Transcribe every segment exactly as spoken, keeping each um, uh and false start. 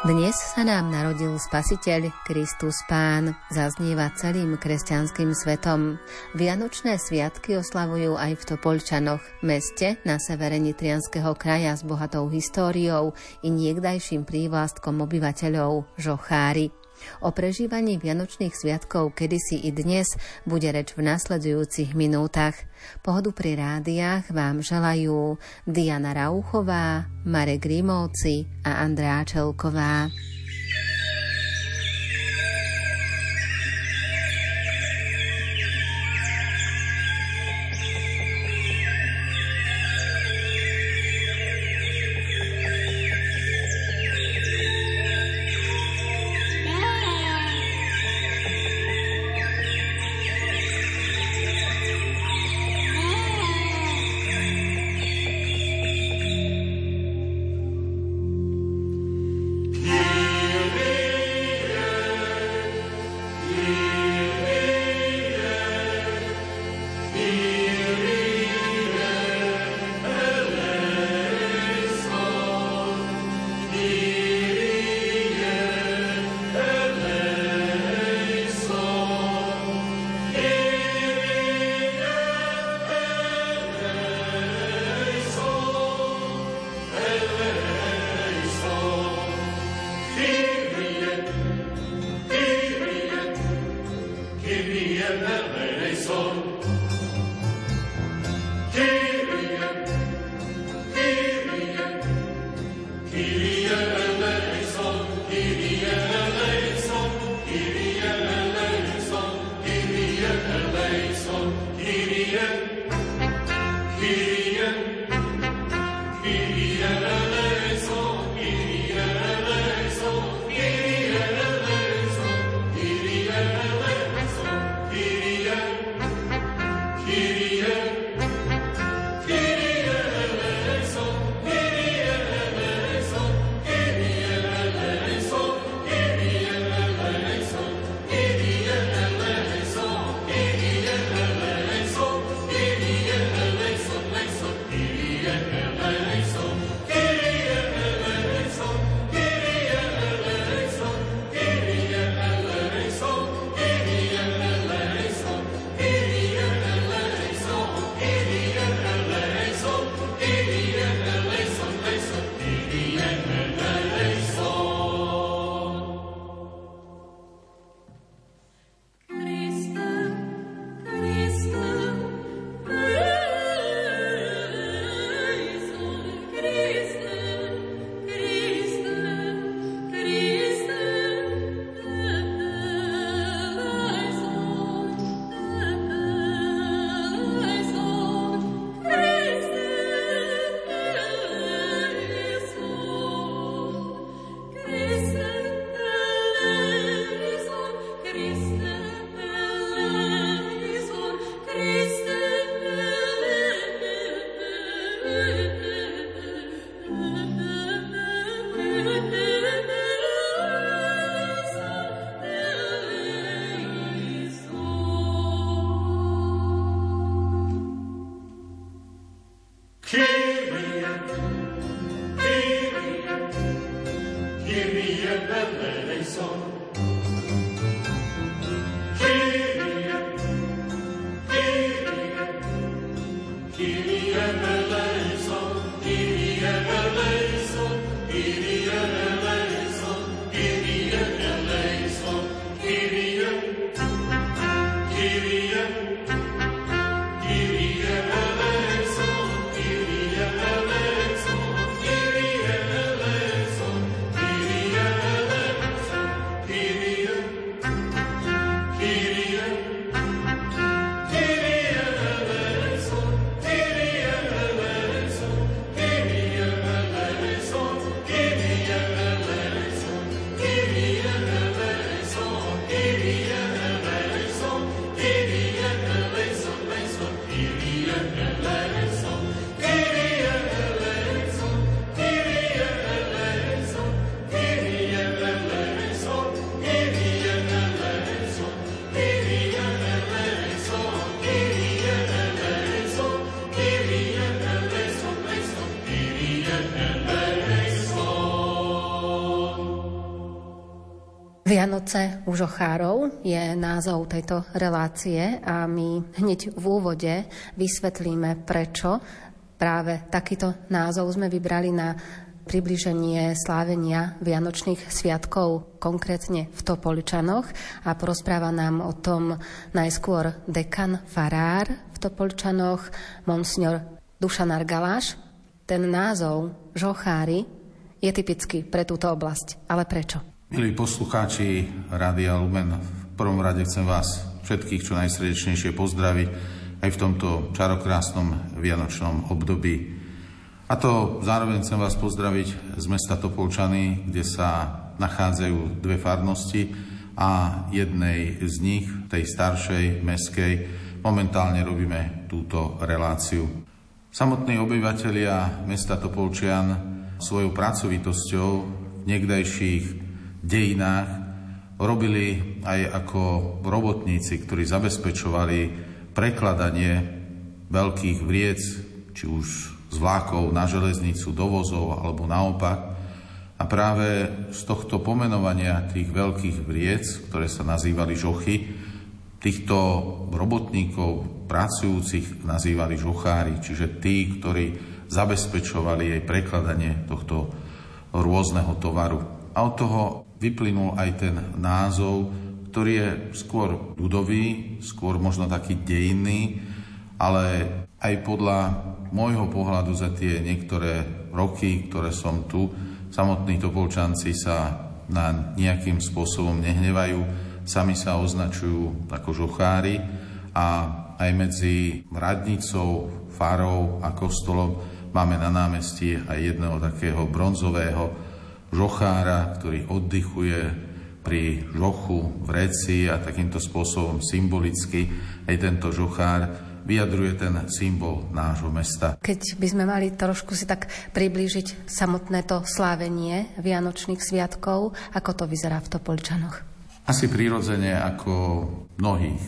Dnes sa nám narodil Spasiteľ, Kristus Pán, zaznieva celým kresťanským svetom. Vianočné sviatky oslavujú aj v Topoľčanoch, meste na severe Nitrianskeho kraja s bohatou históriou i niekdajším prívlastkom obyvateľov Žochári. O prežívaní Vianočných sviatkov kedysi i dnes bude reč v nasledujúcich minútach. Pohodu pri rádiách vám želajú Diana Rauchová, Marek Rímovci a Andrea Čelková. Yeah. Vianoce u žochárov je názov tejto relácie a my hneď v úvode vysvetlíme, prečo práve takýto názov sme vybrali na približenie slávenia Vianočných sviatkov, konkrétne v Topoľčanoch, a porozpráva nám o tom najskôr dekan farár v Topoľčanoch, monsignor Dušan Argaláš. Ten názov žochári je typický pre túto oblasť, ale prečo? Milí poslucháči Rádia Lumen, v prvom rade chcem vás všetkých čo najsrdečnejšie pozdraviť aj v tomto čarokrásnom vianočnom období. A to zároveň chcem vás pozdraviť z mesta Topoľčany, kde sa nachádzajú dve farnosti a jednej z nich, tej staršej, mestskej, momentálne robíme túto reláciu. Samotní obyvatelia mesta Topoľčian svojou pracovitosťou v niekdajších dejinách robili aj ako robotníci, ktorí zabezpečovali prekladanie veľkých vriec, či už z vlákov na železnicu, do vozov alebo naopak. A práve z tohto pomenovania tých veľkých vriec, ktoré sa nazývali žochy, týchto robotníkov pracujúcich nazývali žochári, čiže tí, ktorí zabezpečovali jej prekladanie tohto rôzneho tovaru. A od toho vyplynul aj ten názov, ktorý je skôr ľudový, skôr možno taký dejinný, ale aj podľa môjho pohľadu za tie niektoré roky, ktoré som tu, samotní Topoľčanci sa na nejakým spôsobom nehnevajú, sami sa označujú ako žochári a aj medzi radnicou, farou a kostolom máme na námestí aj jedného takého bronzového žochára, ktorý oddychuje pri žochu v reci a takýmto spôsobom symbolicky aj tento žochár vyjadruje ten symbol nášho mesta. Keď by sme mali trošku si tak priblížiť samotné to slávenie Vianočných sviatkov, ako to vyzerá v Topoľčanoch? Asi prirodzene ako v mnohých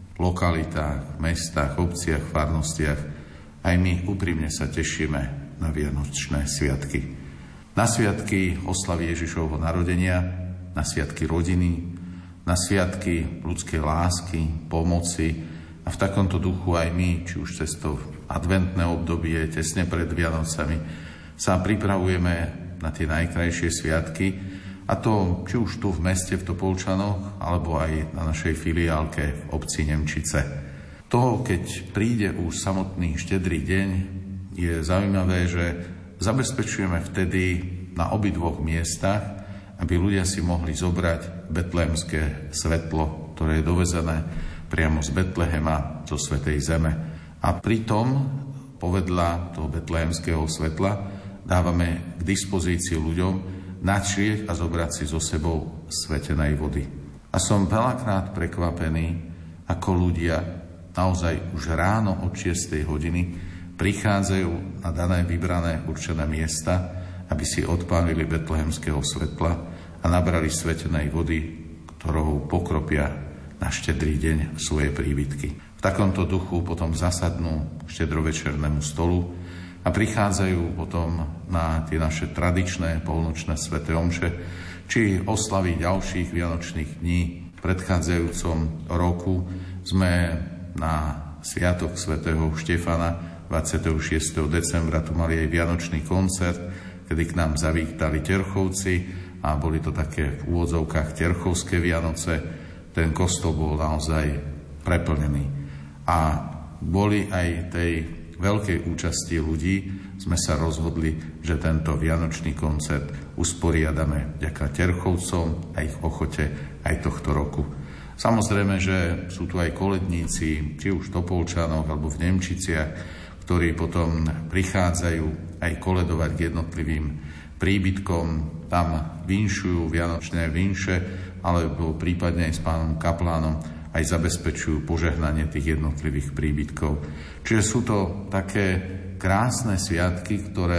lokalitách, mestách, obciach, farnostiach, aj my úprimne sa tešíme na Vianočné sviatky. Na sviatky oslavy Ježišovho narodenia, na sviatky rodiny, na sviatky ľudskej lásky, pomoci a v takomto duchu aj my, či už cez to adventné obdobie, tesne pred Vianocami, sa pripravujeme na tie najkrajšie sviatky, a to či už tu v meste v Topoľčanoch, alebo aj na našej filiálke v obci Nemčice. To, keď príde už samotný štedrý deň, je zaujímavé, že zabezpečujeme vtedy na obidvoch miestach, aby ľudia si mohli zobrať betlémske svetlo, ktoré je dovezené priamo z Betlehema, zo Svätej Zeme. A pritom, povedľa toho betlémskeho svetla, dávame k dispozícii ľuďom načrieť a zobrať si so sebou svetenej vody. A som veľakrát prekvapený, ako ľudia naozaj už ráno od šiestej hodiny prichádzajú na dané vybrané určené miesta, aby si odpálili betlehemského svetla a nabrali svetenej vody, ktorou pokropia na štedrý deň svoje príbytky. V takomto duchu potom zasadnú k štedrovečernému stolu a prichádzajú potom na tie naše tradičné polnočné sväté omše, či oslavy ďalších vianočných dní. V predchádzajúcom roku sme na sviatok svätého Štefana dvadsiateho šiesteho decembra tu mali aj vianočný koncert, kedy k nám zavítali Terchovci a boli to také v úvodzovkách terchovské Vianoce. Ten kostol bol naozaj preplnený. A boli aj tej veľkej účasti ľudí, sme sa rozhodli, že tento vianočný koncert usporiadame vďaka Terchovcom a ich ochote aj tohto roku. Samozrejme, že sú tu aj koledníci, či už v Topoľčanoch alebo v Nemčiciach, ktorí potom prichádzajú aj koledovať k jednotlivým príbytkom, tam vinšujú vianočné vinše, alebo prípadne aj s pánom kaplánom aj zabezpečujú požehnanie tých jednotlivých príbytkov. Čiže sú to také krásne sviatky, ktoré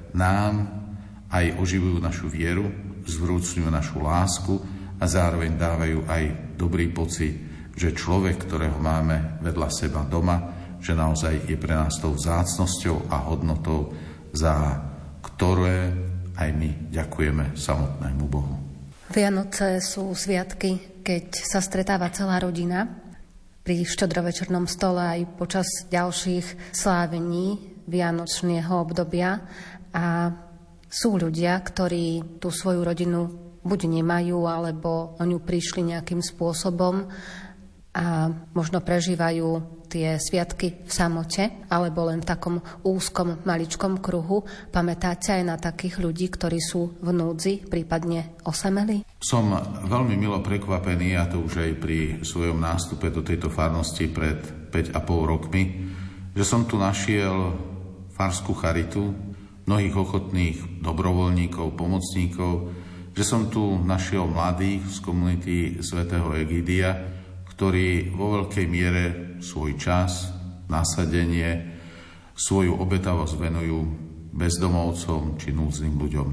nám aj oživujú našu vieru, zvrúcňujú našu lásku a zároveň dávajú aj dobrý pocit, že človek, ktorého máme vedľa seba doma, že naozaj je pre nás tou vzácnosťou a hodnotou, za ktoré aj my ďakujeme samotnému Bohu. Vianoce sú sviatky, keď sa stretáva celá rodina pri štedrovečernom stole aj počas ďalších slávení vianočného obdobia a sú ľudia, ktorí tú svoju rodinu buď nemajú, alebo o ňu prišli nejakým spôsobom a možno prežívajú tie sviatky v samote alebo len v takom úzkom, maličkom kruhu. Pamätáte aj na takých ľudí, ktorí sú v núdzi, prípadne osamelí? Som veľmi milo prekvapený, a to už aj pri svojom nástupe do tejto farnosti pred päť a pol rokmi, že som tu našiel farskú charitu, mnohých ochotných dobrovoľníkov, pomocníkov, že som tu našiel mladých z komunity svätého Egídia, ktorí vo veľkej miere svoj čas, nasadenie, svoju obetavosť venujú bezdomovcom či núdznym ľuďom.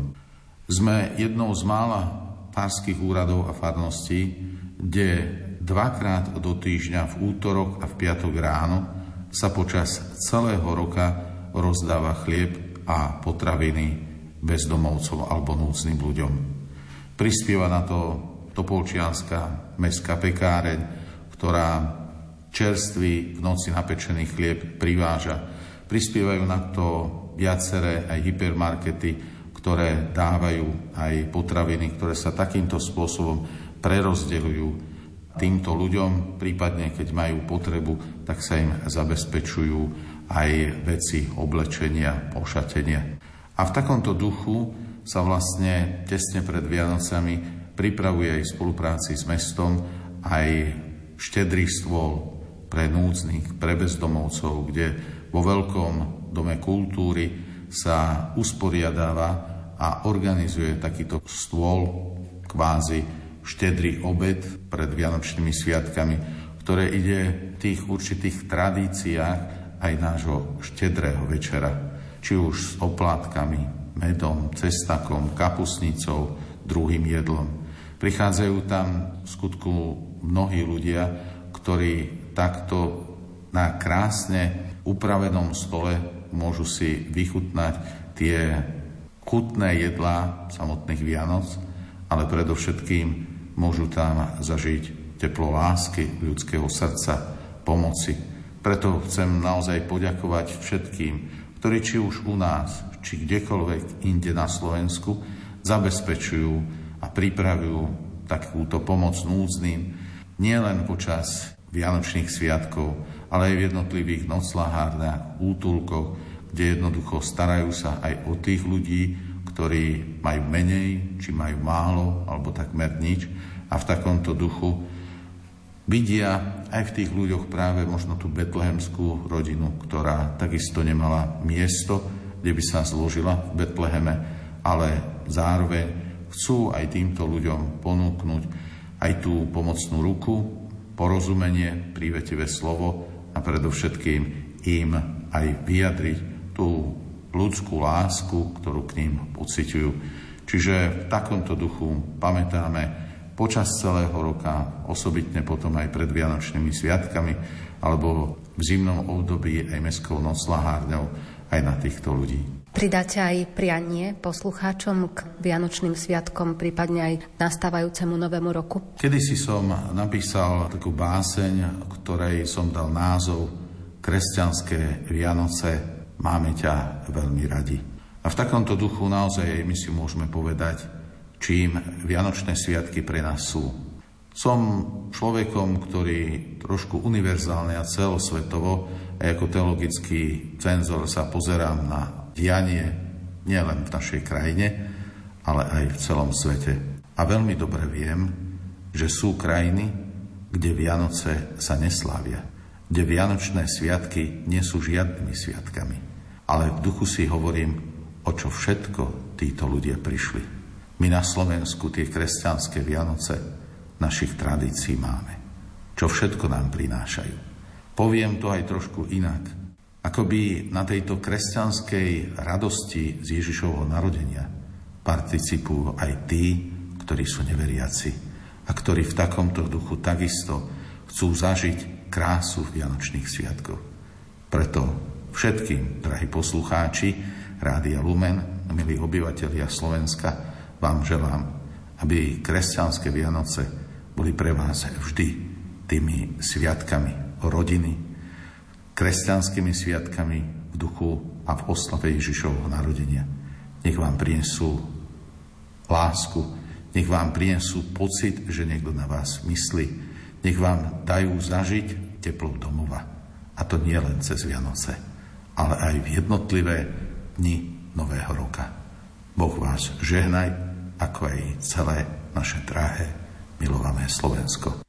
Sme jednou z mála farských úradov a farností, kde dvakrát do týždňa v útorok a v piatok ráno sa počas celého roka rozdáva chlieb a potraviny bezdomovcom alebo núdznym ľuďom. Prispieva na to Topolčianska mestská pekáreň, ktorá čerstvý v noci napečený chlieb priváža. Prispievajú na to viaceré aj hypermarkety, ktoré dávajú aj potraviny, ktoré sa takýmto spôsobom prerozdeľujú týmto ľuďom, prípadne keď majú potrebu, tak sa im zabezpečujú aj veci oblečenia, pošatenia. A v takomto duchu sa vlastne tesne pred Vianocami pripravuje aj v spolupráci s mestom aj štedrý stôl pre núdznych, pre bezdomovcov, kde vo veľkom dome kultúry sa usporiadáva a organizuje takýto stôl, kvázi štedrý obed pred Vianočnými sviatkami, ktoré ide v tých určitých tradíciách aj nášho štedrého večera. Či už s oplátkami, medom, cestakom, kapustnicou, druhým jedlom. Prichádzajú tam v skutku mnohí ľudia, ktorí takto na krásne upravenom stole môžu si vychutnať tie chutné jedlá samotných Vianoc, ale predovšetkým môžu tam zažiť teplo lásky, ľudského srdca, pomoci. Preto chcem naozaj poďakovať všetkým, ktorí či už u nás, či kdekoľvek inde na Slovensku zabezpečujú a pripravujú takúto pomoc núdznym, nielen počas Vianočných sviatkov, ale aj v jednotlivých noclahárniach, útulkoch, kde jednoducho starajú sa aj o tých ľudí, ktorí majú menej, či majú málo, alebo takmer nič. A v takomto duchu vidia aj v tých ľuďoch práve možno tú betlehemskú rodinu, ktorá takisto nemala miesto, kde by sa zložila v Betleheme, ale zároveň chcú aj týmto ľuďom ponúknuť aj tú pomocnú ruku, porozumenie, prívetivé slovo a predovšetkým im aj vyjadriť tú ľudskú lásku, ktorú k ním pociťujú. Čiže v takomto duchu pamätáme počas celého roka, osobitne potom aj pred Vianočnými sviatkami, alebo v zimnom období aj mestskou noclahárňou aj na týchto ľudí. Pridáte aj prianie poslucháčom k Vianočným sviatkom, prípadne aj nastávajúcemu novému roku? Kedysi som napísal takú báseň, ktorej som dal názov Kresťanské Vianoce, máme ťa veľmi radi. A v takomto duchu naozaj my si môžeme povedať, čím Vianočné sviatky pre nás sú. Som človekom, ktorý trošku univerzálne a celosvetovo, a ako teologický cenzor sa pozerám na dianie nielen v našej krajine, ale aj v celom svete. A veľmi dobre viem, že sú krajiny, kde Vianoce sa neslávia, kde Vianočné sviatky nie sú žiadnymi sviatkami. Ale v duchu si hovorím, o čo všetko títo ľudia prišli. My na Slovensku tie kresťanské Vianoce našich tradícií máme. Čo všetko nám prinášajú. Poviem to aj trošku inak. Akoby na tejto kresťanskej radosti z Ježišovho narodenia participujú aj tí, ktorí sú neveriaci a ktorí v takomto duchu takisto chcú zažiť krásu Vianočných sviatkov. Preto všetkým, drahí poslucháči Rádia Lumen, milí obyvatelia Slovenska, vám želám, aby kresťanské Vianoce boli pre vás vždy tými sviatkami rodiny, kresťanskými sviatkami v duchu a v oslave Ježišovho narodenia. Nech vám prinesú lásku, nech vám prinesú pocit, že niekto na vás myslí, nech vám dajú zažiť teplo domova. A to nie len cez Vianoce, ale aj v jednotlivé dni Nového roka. Boh vás žehnaj, ako aj celé naše drahé, milované Slovensko.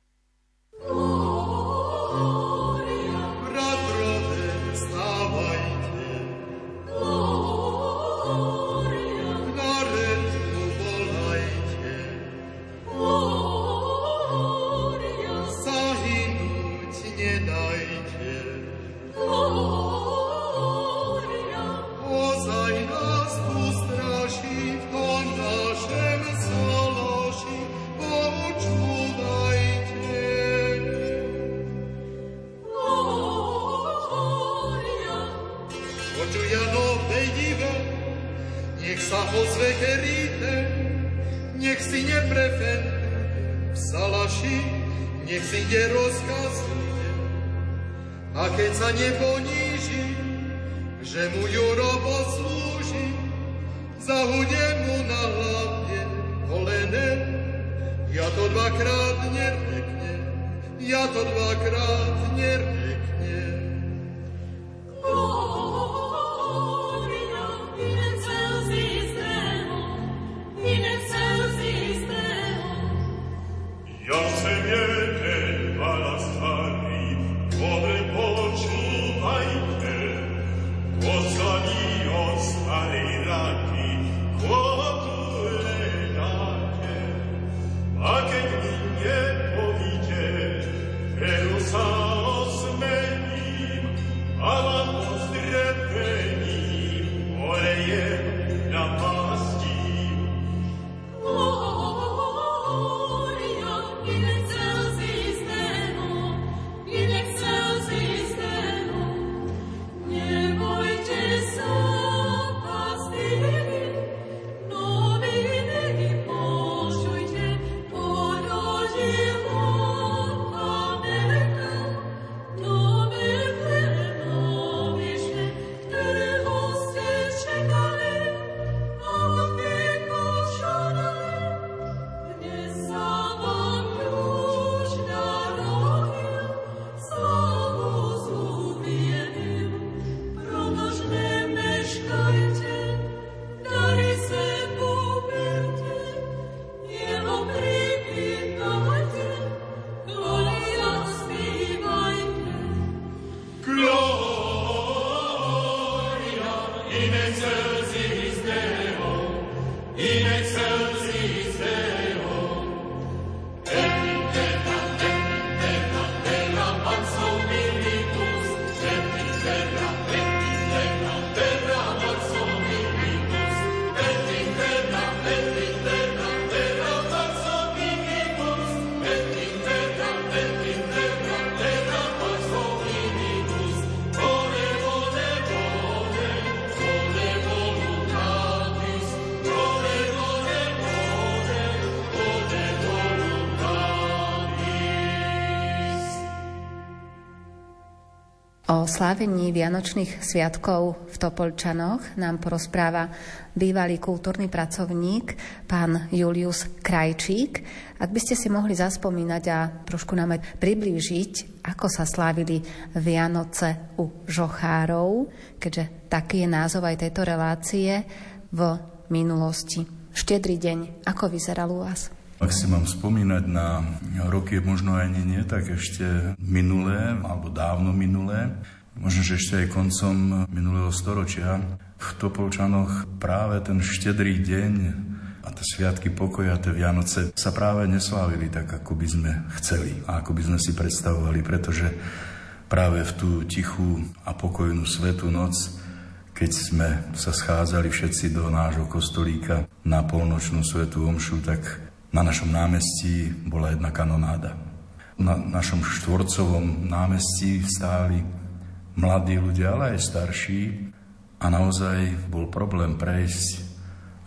O slávení Vianočných sviatkov v Topoľčanoch nám porozpráva bývalý kultúrny pracovník, pán Julius Krajčík. Ak by ste si mohli zaspomínať a trošku nám aj priblížiť, ako sa slávili Vianoce u žochárov, keďže taký je názov aj tejto relácie, v minulosti. Štedrý deň, ako vyzeral u vás? Ak si mám spomínať na roky, možno ani nie, tak ešte minulé, alebo dávno minulé, možno, že ešte aj koncom minulého storočia, v Topoľčanoch práve ten štedrý deň a tie sviatky pokoja, tie Vianoce sa práve neslávili tak, ako by sme chceli a ako by sme si predstavovali, pretože práve v tú tichú a pokojnú svätú noc, keď sme sa schádzali všetci do nášho kostolíka na polnočnú svätú omšu, tak na našom námestí bola jedna kanonáda. Na našom štvorcovom námestí stáli mladí ľudia, ale aj starší, a naozaj bol problém prejsť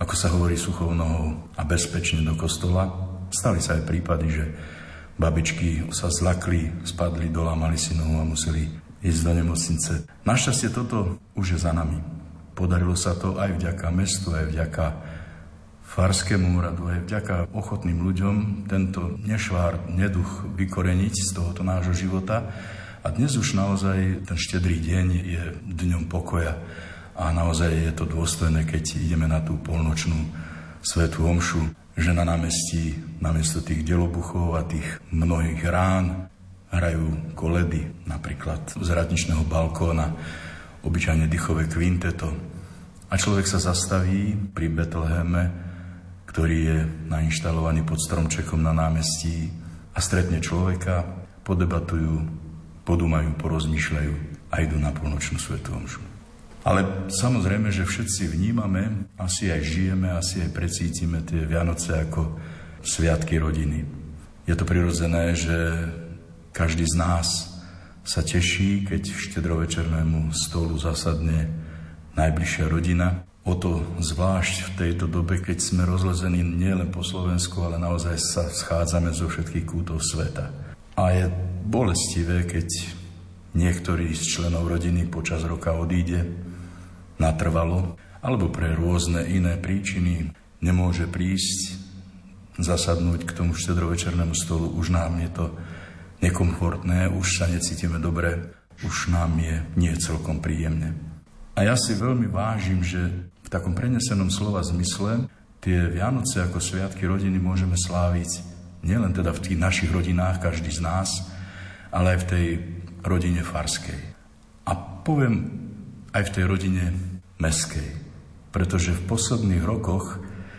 ako sa hovorí, suchou nohou a bezpečne do kostola. Stali sa aj prípady, že babičky sa zlakli, spadli, dolámali si nohu a museli ísť do nemocnice. Našťastie toto už je za nami. Podarilo sa to aj vďaka mestu, aj vďaka farskému úradu, aj vďaka ochotným ľuďom tento nešvár, neduch vykoreniť z tohoto nášho života. A dnes už naozaj ten štedrý deň je dňom pokoja. A naozaj je to dôstojné, keď ideme na tú polnočnú svätú omšu, že na námestí, namiesto tých delobuchov a tých mnohých rán, hrajú koledy, napríklad z radničného balkóna, obyčajne dýchové kvinteto. A človek sa zastaví pri Betleheme, ktorý je nainštalovaný pod stromčekom na námestí a stretne človeka, podebatujú, podúmajú, porozmýšľajú a idú na polnočnú svätú omšu. Ale samozrejme, že všetci vnímame, asi aj žijeme, asi aj precítime tie Vianoce ako sviatky rodiny. Je to prirodzené, že každý z nás sa teší, keď štedrovečernému stolu zasadne najbližšia rodina. O to zvlášť v tejto dobe, keď sme rozlezení nielen po Slovensku, ale naozaj sa schádzame zo všetkých kútov sveta. A je bolestivé, keď niektorý z členov rodiny počas roka odíde natrvalo, alebo pre rôzne iné príčiny nemôže prísť, zasadnúť k tomu štedrovečernému stolu. Už nám je to nekomfortné, už sa necítime dobre, už nám je nie celkom príjemne. A ja si veľmi vážim, že v takom prenesenom slova zmysle tie Vianoce ako sviatky rodiny môžeme sláviť nielen teda v tých našich rodinách, každý z nás, ale aj v tej rodine farskej. A poviem aj v tej rodine mestskej, pretože v posledných rokoch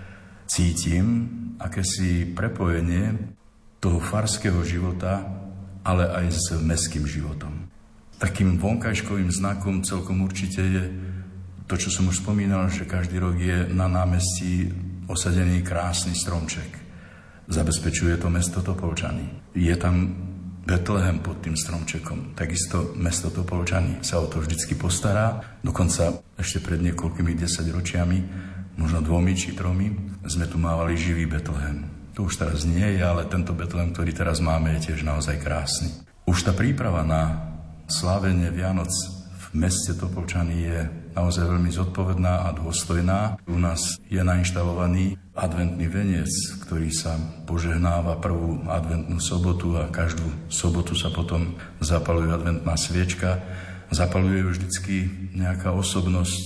cítim akési prepojenie toho farského života, ale aj s mestským životom. Takým vonkajškovým znakom celkom určite je to, čo som už spomínal, že každý rok je na námestí osadený krásny stromček. Zabezpečuje to mesto Topolčany. Je tam Betlehem pod tým stromčekom. Takisto mesto Topolčany sa o to vždycky postará. Dokonca ešte pred niekoľkými desaťročiami, možno dvomi či tromi, sme tu mávali živý Betlehem. To už teraz nie je, ale tento Betlehem, ktorý teraz máme, je tiež naozaj krásny. Už tá príprava na slávenie Vianoc v meste Topolčany je naozaj veľmi zodpovedná a dôstojná. U nás je nainštalovaný adventný veniec, ktorý sa požehnáva prvú adventnú sobotu a každú sobotu sa potom zapaluje adventná sviečka. Zapaluje ju vždycky nejaká osobnosť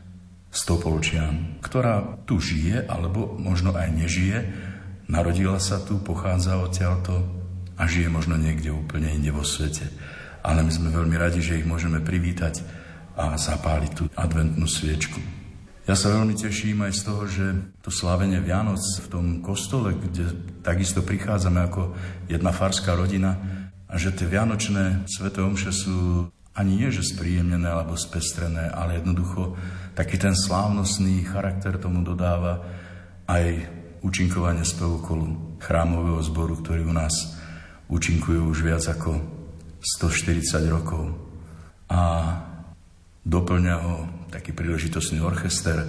z Topolčian, ktorá tu žije, alebo možno aj nežije. Narodila sa tu, pochádza odtiaľto a žije možno niekde úplne inde vo svete. Ale my sme veľmi radi, že ich môžeme privítať a zapáliť tú adventnú sviečku. Ja sa veľmi teším aj z toho, že to slávenie Vianoc v tom kostole, kde takisto prichádzame ako jedna farská rodina a že tie vianočné sväté omše sú ani nie, že spríjemnené alebo spestrené, ale jednoducho taký ten slávnostný charakter tomu dodáva aj účinkovanie spevokolu chrámového zboru, ktorý u nás účinkuje už viac ako stoštyridsať rokov. A doplňa ho taký príležitostný orchester.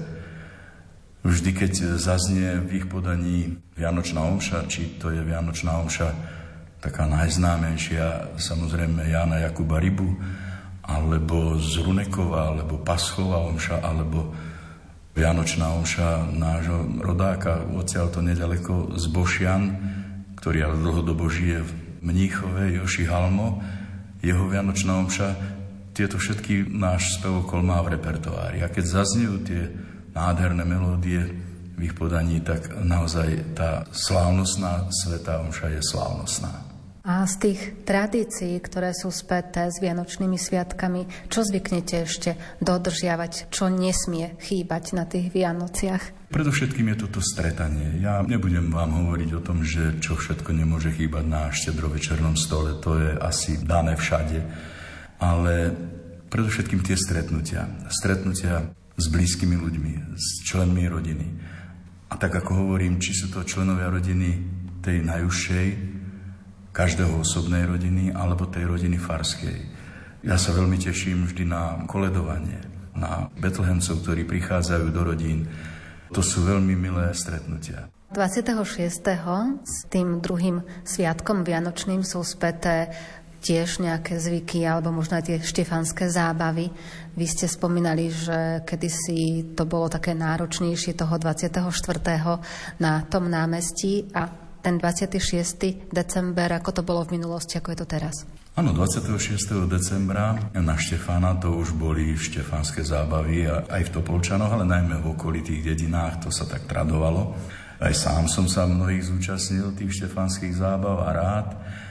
Vždy, keď zaznie v ich podaní Vianočná omša, či to je Vianočná omša taká najznámejšia, samozrejme Jána Jakuba Rybu, alebo z Runekova, alebo Paschová omša, alebo Vianočná omša nášho rodáka, odtiaľto nedaleko z Bošian, ktorý ale dlhodobo žije v Mníchove, Joši Halmo. Jeho Vianočná omša, tieto všetky náš spevokol má v repertoári. A keď zaznejú tie nádherné melódie v ich podaní, tak naozaj tá slávnostná svätá omša je slávnostná. A z tých tradícií, ktoré sú späté s Vianočnými sviatkami, čo zvyknete ešte dodržiavať, čo nesmie chýbať na tých Vianociach? Predovšetkým je toto stretanie. Ja nebudem vám hovoriť o tom, že čo všetko nemôže chýbať na štedrovečernom stole, to je asi dané všade. Ale predovšetkým tie stretnutia. Stretnutia s blízkymi ľuďmi, s členmi rodiny. A tak ako hovorím, či sú to členovia rodiny tej najúžšej, každého osobnej rodiny, alebo tej rodiny farskej. Ja sa veľmi teším vždy na koledovanie, na Betlehemcov, ktorí prichádzajú do rodín. To sú veľmi milé stretnutia. dvadsiateho šiesteho s tým druhým sviatkom vianočným sú späté tiež nejaké zvyky alebo možno aj tie štefanské zábavy. Vy ste spomínali, že kedysi to bolo také náročnejšie toho dvadsiateho štvrtého na tom námestí a ten dvadsiateho šiesteho december, ako to bolo v minulosti, ako je to teraz? Áno, dvadsiateho šiesteho decembra na Štefána to už boli štefanské zábavy aj v Topolčanoch, ale najmä v okolitých dedinách, to sa tak tradovalo. Aj sám som sa mnohých zúčastnil tých štefanských zábav a rád.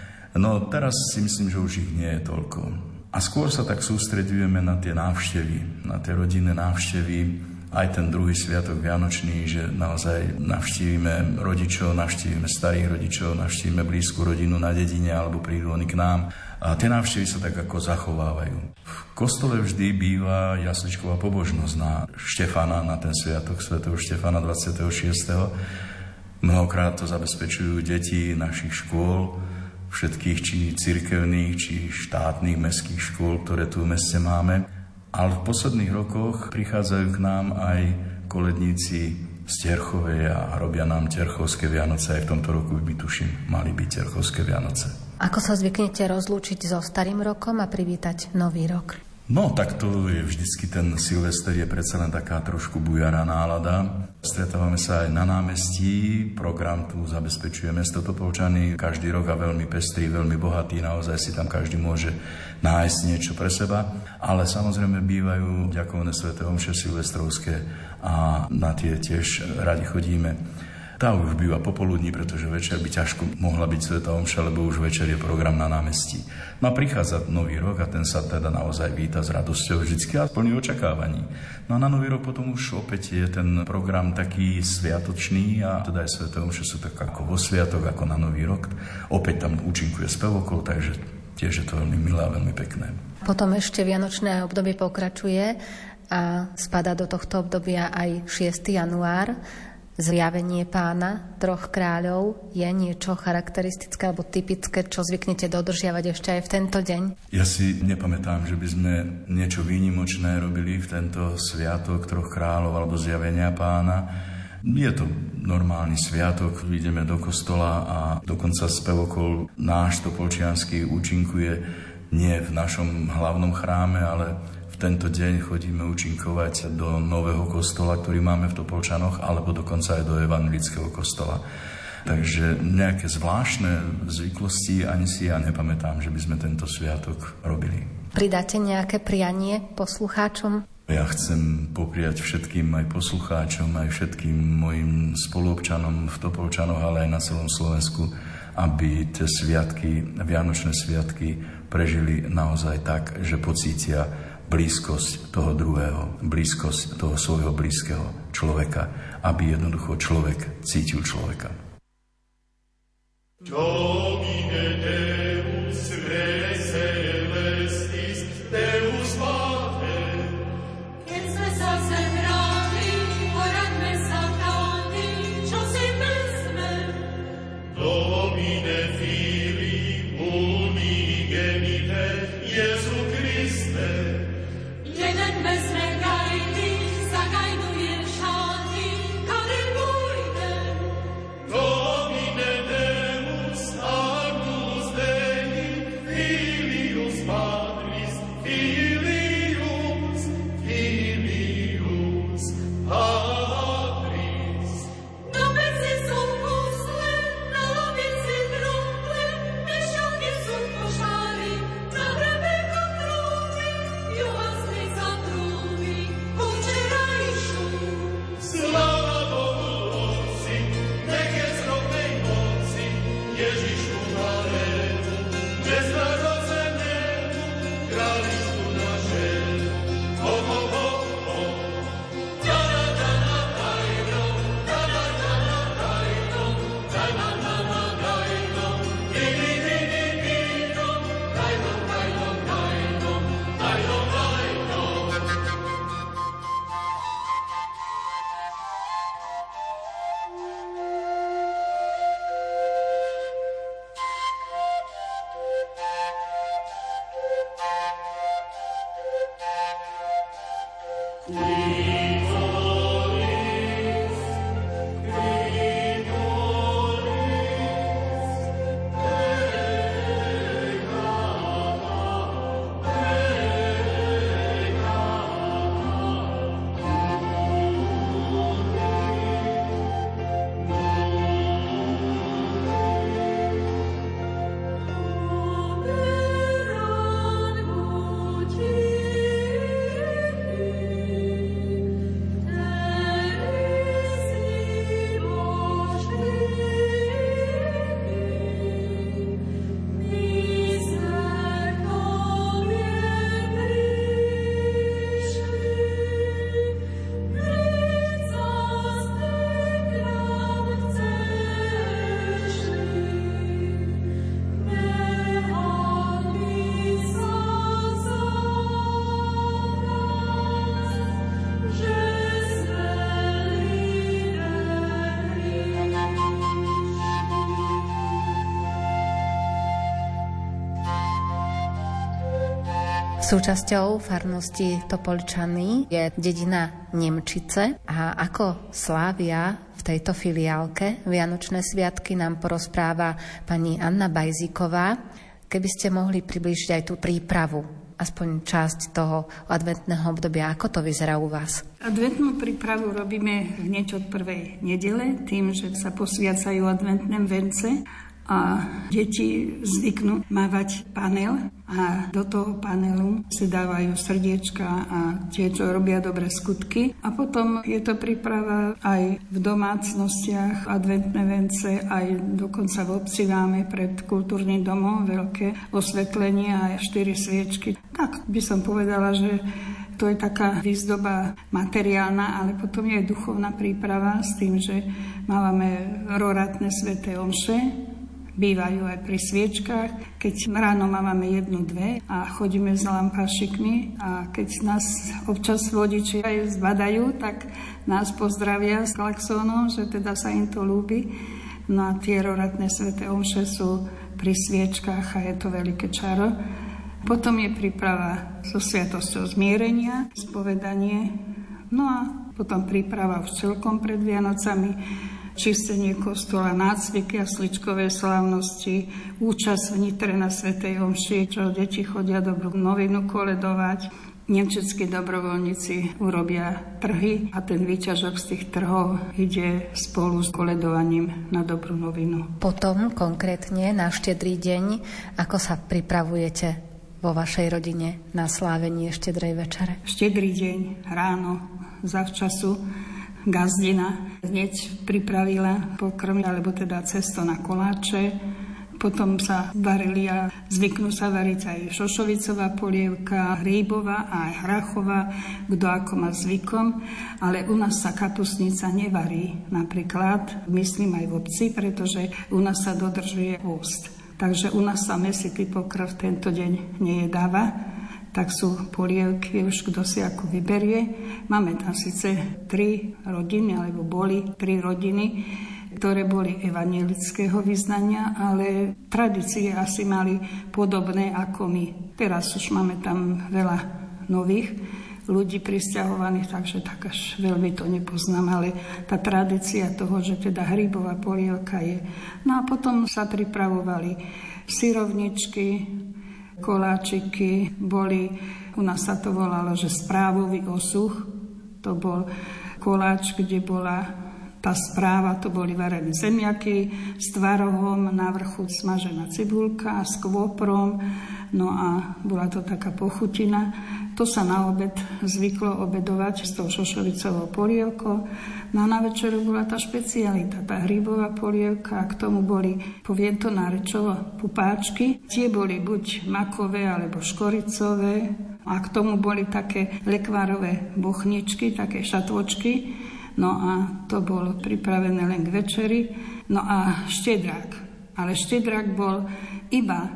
No teraz si myslím, že už ich nie je toľko. A skôr sa tak sústreďujeme na tie návštevy, na tie rodinné návštevy, aj ten druhý sviatok vianočný, že naozaj navštívime rodičov, navštívime starých rodičov, navštívime blízku rodinu na dedine alebo prídu oni k nám. A tie návštevy sa tak ako zachovávajú. V kostole vždy býva jasličková pobožnosť na Štefana, na ten sviatok svätého Štefana dvadsiateho šiesteho Mnohokrát to zabezpečujú deti našich škôl, všetkých či cirkevných, či štátnych mestských škôl, ktoré tu v meste máme. Ale v posledných rokoch prichádzajú k nám aj koledníci z Terchovej a robia nám Terchovské Vianoce. Aj v tomto roku by, tuším, mali byť Terchovské Vianoce. Ako sa zvyknete rozlúčiť so starým rokom a privítať nový rok? No, tak to je vždycky ten Silvester, je predsa len taká trošku bujará nálada. Stretávame sa aj na námestí, program tu zabezpečuje mesto Topolčany každý rok a veľmi pestrý, veľmi bohatý, naozaj si tam každý môže nájsť niečo pre seba. Ale samozrejme bývajú ďakovné sväté omše silvestrovské a na tie tiež radi chodíme. Tá už býva popoludní, pretože večer by ťažko mohla byť svätá omša, lebo už večer je program na námestí. No a prichádza nový rok a ten sa teda naozaj víta s radosťou vždycky a plný očakávaní. No a na nový rok potom už opäť je ten program taký sviatočný a teda aj sväté omše sú tak ako vo sviatok, ako na nový rok. Opäť tam účinkuje spevokol, takže tiež je to veľmi milé a veľmi pekné. Potom ešte vianočné obdobie pokračuje a spadá do tohto obdobia aj šiesteho január. Zjavenie Pána troch kráľov je niečo charakteristické alebo typické, čo zvyknete dodržiavať ešte aj v tento deň? Ja si nepamätám, že by sme niečo výnimočné robili v tento sviatok troch kráľov alebo Zjavenia Pána. Je to normálny sviatok, ideme do kostola a dokonca spevokol náš topolčiansky účinkuje nie v našom hlavnom chráme, ale tento deň chodíme účinkovať do nového kostola, ktorý máme v Topolčanoch, alebo dokonca aj do evangelického kostola. Takže nejaké zvláštne zvyklosti ani si ja nepamätám, že by sme tento sviatok robili. Pridáte nejaké prianie poslucháčom? Ja chcem popriať všetkým aj poslucháčom, aj všetkým mojim spoluobčanom v Topolčanoch, ale aj na celom Slovensku, aby tie sviatky, vianočné sviatky prežili naozaj tak, že pocítia blízkosť toho druhého, blízkosť toho svojho blízkeho človeka, aby jednoducho človek cítil človeka. Domine Deus Re Celestis, Deus Pater. Keď sme sa zebrali, poradme sa táni, čo si mysme. Domine Filii Unigenite, Jezu Christe. Jeden bez regajdy, zagajduje šáty, kade pôjde. Domine Deus, Agnus Dei, Filius Patris, Filius, Filius Patris. Do beci sú kusle, na lovici druh. Súčasťou farnosti Topoľčany je dedina Nemčice a ako slávia v tejto filiálke Vianočné sviatky nám porozpráva pani Anna Bajzíková. Keby ste mohli priblížiť aj tú prípravu, aspoň časť toho adventného obdobia, ako to vyzerá u vás? Adventnú prípravu robíme hneď od prvej nedele, tým, že sa posviacajú adventné vence a deti zvyknú mávať panel a do toho panelu si dávajú srdiečka a tie, čo robia dobré skutky. A potom je to príprava aj v domácnostiach, adventné vence, aj dokonca v obci máme pred kultúrnym domom veľké osvetlenie a štyri sviečky. Tak by som povedala, že to je taká výzdoba materiálna, ale potom je duchovná príprava s tým, že máme roratné sväté omše, bývajú aj pri sviečkách. Keď ráno máme jednu, dve a chodíme s lampášikmi a keď nás občas vodiči aj zbadajú, tak nás pozdravia s klaxónom, že teda sa im to ľúbi. No a tie roratné sväté omše sú pri sviečkách a je to veľké čaro. Potom je príprava so sviatosťou zmierenia, spovedanie, no a potom príprava už celkom pred Vianocami, čistenie kostola, nácviky a sličkové slávnosti, účasť v nitre na svätej omši, čo deti chodia dobrú novinu koledovať. Nemčeckí dobrovoľníci urobia trhy a ten výťažok z tých trhov ide spolu s koledovaním na dobrú novinu. Potom konkrétne na Štedrý deň, ako sa pripravujete vo vašej rodine na slávenie Štedrej večere? Štedrý deň ráno zavčasu gazdina hneď pripravila pokrm, alebo teda cesto na koláče. Potom sa varili a zvyknú sa variť aj šošovicová polievka, hríbová a aj hrachová, kto ako má zvykom. Ale u nás sa kapustnica nevarí napríklad, myslím aj v obci, pretože u nás sa dodržuje pôst. Takže u nás sa mesitý pokrm tento deň nejedáva. Tak sú polievky, už kto si ako vyberie. Máme tam síce tri rodiny, alebo boli tri rodiny, ktoré boli evanjelického vyznania, ale tradície asi mali podobné ako my. Teraz už máme tam veľa nových ľudí prisťahovaných, takže tak až veľmi to nepoznám, ale tá tradícia toho, že teda hríbová polievka je. No a potom sa pripravovali syrovničky, koláčiky, boli, u nás sa to volalo, že správový osuch, to bol koláč, kde bola tá správa, to boli varené zemiaky s tvarohom, na vrchu smažená cibulka s kôprom, no a bola to taká pochutina. To sa na obed zvyklo obedovať s tou šošovicovou polievkou. No a na večeru bola tá špecialita, tá hríbová polievka, a k tomu boli, poviem to nárečovo, pupáčky. Tie boli buď makové alebo škoricové a k tomu boli také lekvárové bochničky, také šatvočky. No a to bolo pripravené len k večeri. No a štedrák. Ale štedrák bol iba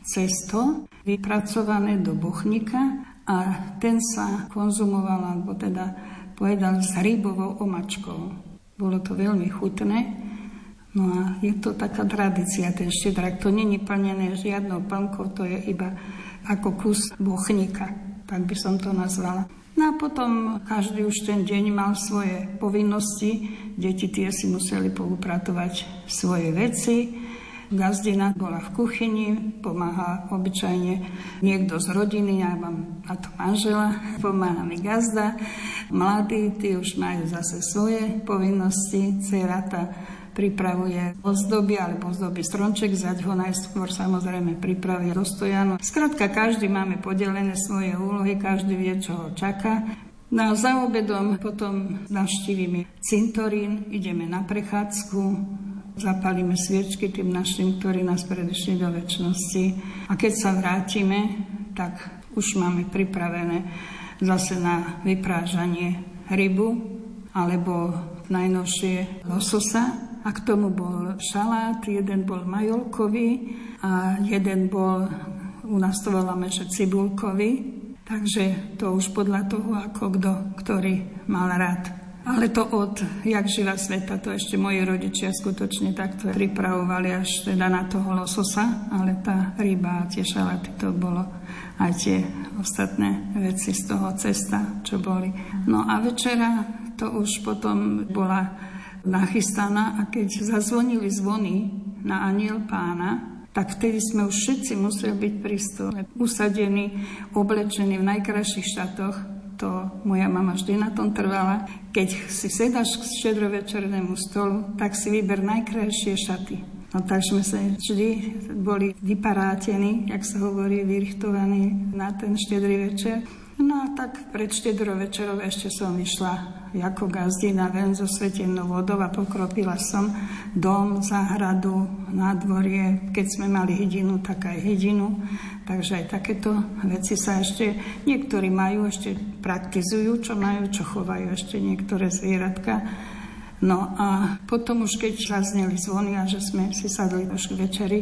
cesto vypracované do bochnika a ten sa konzumoval, alebo teda povedal, s hríbovou omačkou. Bolo to veľmi chutné. No a je to taká tradícia, ten štedrák. To nie je plnené žiadnou plnkou, to je iba ako kus bochnika, tak by som to nazvala. No a potom každý už ten deň mal svoje povinnosti. Deti tie si museli poupratovať svoje veci. Gazdina bola v kuchyni, pomáha obyčajne niekto z rodiny, ja mám na to manžela, pomáha mi gazda. Mladí, tí už majú zase svoje povinnosti. Dcerata pripravuje ozdoby alebo ozdoby stromček, zať ho najskôr samozrejme pripravia do stojanu. Skrátka, každý máme podelené svoje úlohy, každý vie, čo ho čaká. No a za obedom potom navštívime cintorín, ideme na prechádzku, zapálime sviečky tým našim, ktorí nás predišli do večnosti. A keď sa vrátime, tak už máme pripravené zase na vyprážanie rybu alebo najnovšie lososa. A k tomu bol šalát, jeden bol majolkový a jeden bol, u nás to voláme, že cibulkový. Takže to už podľa toho, ako kto, ktorý mal rád Ale to od jak živa sveta, to ešte moji rodičia skutočne takto pripravovali až teda na toho lososa, ale tá ryba a tie šalaty to bolo aj tie ostatné veci z toho cesta, čo boli. No a večera to už potom bola nachystaná a keď zazvonili zvony na Anjel Pána, tak vtedy sme už všetci museli byť pri stole, usadení, oblečení v najkrajších šatoch. To moja mama vždy na tom trvala. Keď si sedáš k štedrovečernému stolu, tak si vyber najkrajšie šaty. No takže sme sa vždy boli vyparátení, jak sa hovorí, vyrichtovaní na ten štedrý večer. No a tak pred štedrou večerou ešte som vyšla ako gazdina ven zo svetenou vodou a pokropila som dom, záhradu, nádvorie. Keď sme mali hydinu, tak aj hydinu. Takže aj takéto veci sa ešte niektorí majú, ešte praktizujú, čo majú, čo chovajú ešte niektoré zvieratka. No a potom už keď zazneli zvony a že sme si sadli už k večeri,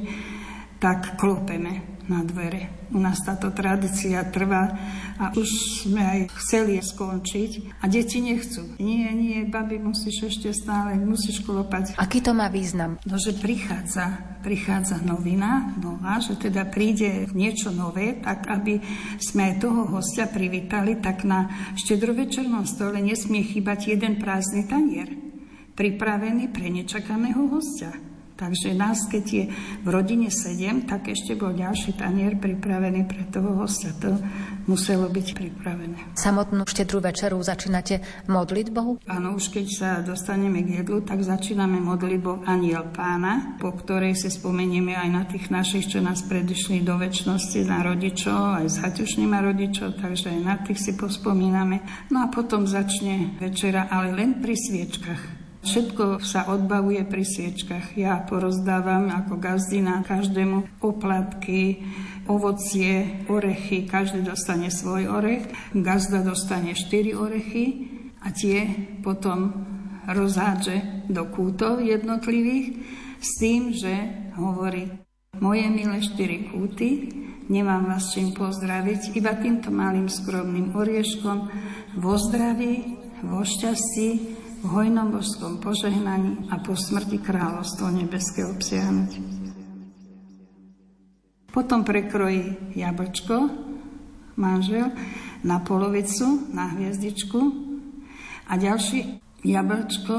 tak klopeme na dvere. U nás táto tradícia trvá a už sme aj chceli skončiť a deti nechcú. Nie, nie, babi, musíš ešte stále, musíš klopať. Aký to má význam? No, že prichádza, prichádza novina, nová, že teda príde niečo nové, tak aby sme aj toho hostia privítali, tak na štedrovečernom stole nesmie chýbať jeden prázdny tanier, pripravený pre nečakaného hostia. Takže nás, keď je v rodine sedem, tak ešte bol ďalší tanier pripravený pre toho hostia. To muselo byť pripravené. Samotnú štedrú večeru začínate modlitbou? Áno, už keď sa dostaneme k jedlu, tak začíname modlitbou Anjel Pána, po ktorej si spomenieme aj na tých našich, čo nás predišli do večnosti, na rodičov, aj s Haťušným rodičov, takže aj na tých si pospomíname. No a potom začne večera, ale len pri sviečkach. Všetko sa odbavuje pri sviečkach. Ja porozdávam ako gazdina každému oplatky, ovocie, orechy. Každý dostane svoj orech. Gazda dostane štyri orechy a tie potom rozhádže do kútov jednotlivých s tým, že hovorí: moje milé štyri kúty, nemám vás čím pozdraviť, iba týmto malým skromným orieškom vo zdraví, vo šťastí, v hojnom božskom požehnaní a po smrti kráľovstvo nebeské obsiahnuť. Potom prekrojí jablčko manžel na polovicu, na hviezdičku a ďalší jablčko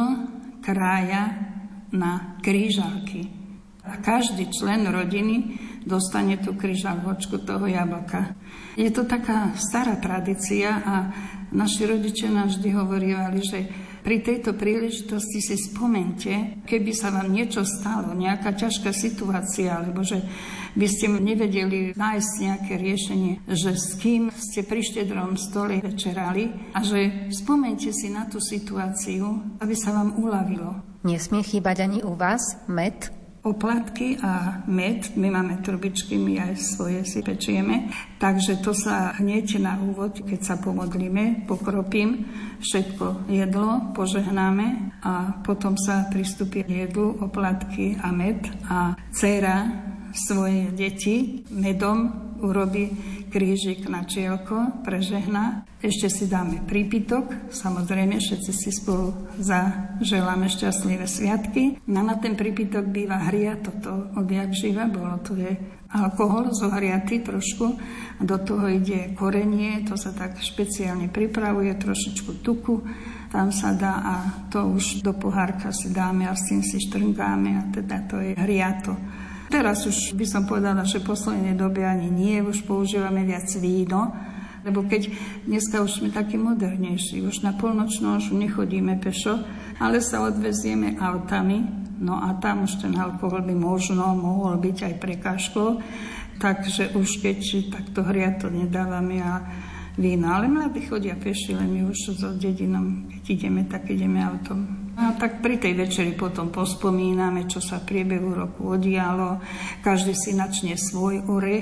krája na krížalky. A každý člen rodiny dostane tú krížalvočku toho jablka. Je to taká stará tradícia a naši rodičia nám vždy hovorili, že pri tejto príležitosti si spomente, keby sa vám niečo stalo, nejaká ťažká situácia, alebo že by ste nevedeli nájsť nejaké riešenie, že s kým ste pri štedrom stole večerali a že spomente si na tú situáciu, aby sa vám uľavilo. Nesmie chýbať ani u vás med? Oplatky a med, my máme trubičky, my aj svoje si pečieme, takže to sa hneď na úvod, keď sa pomodlíme, pokropím, všetko jedlo, požehnáme a potom sa pristúpi k jedlu, oplatky a med a dcéra svoje deti medom urobí krížik na čielko, prežehná. Ešte si dáme prípitok, samozrejme všetci si spolu zaželáme šťastlivé sviatky. No na ten prípitok býva hria, toto odjak živa, bolo to je alkohol zohriatý trošku. A do toho ide korenie, to sa tak špeciálne pripravuje, trošičku tuku tam sa dá a to už do pohárka si dáme a s tým si štrngáme a teda to je hriato. Teraz už by som povedala, že v poslednej dobe ani nie, už používame viac víno, lebo keď dneska už sme takí modernejší, už na polnočnú už nechodíme pešo, ale sa odvezieme autami, no a tam už ten alkohol by možno mohol byť aj prekážkou, takže už keď takto hriato nedávame a víno, ale mladí chodia peši, len my už so dedinom, keď ideme, tak ideme autom. A tak pri tej večeri potom pospomíname, čo sa v priebehu roku odialo. Každý si načne svoj orech,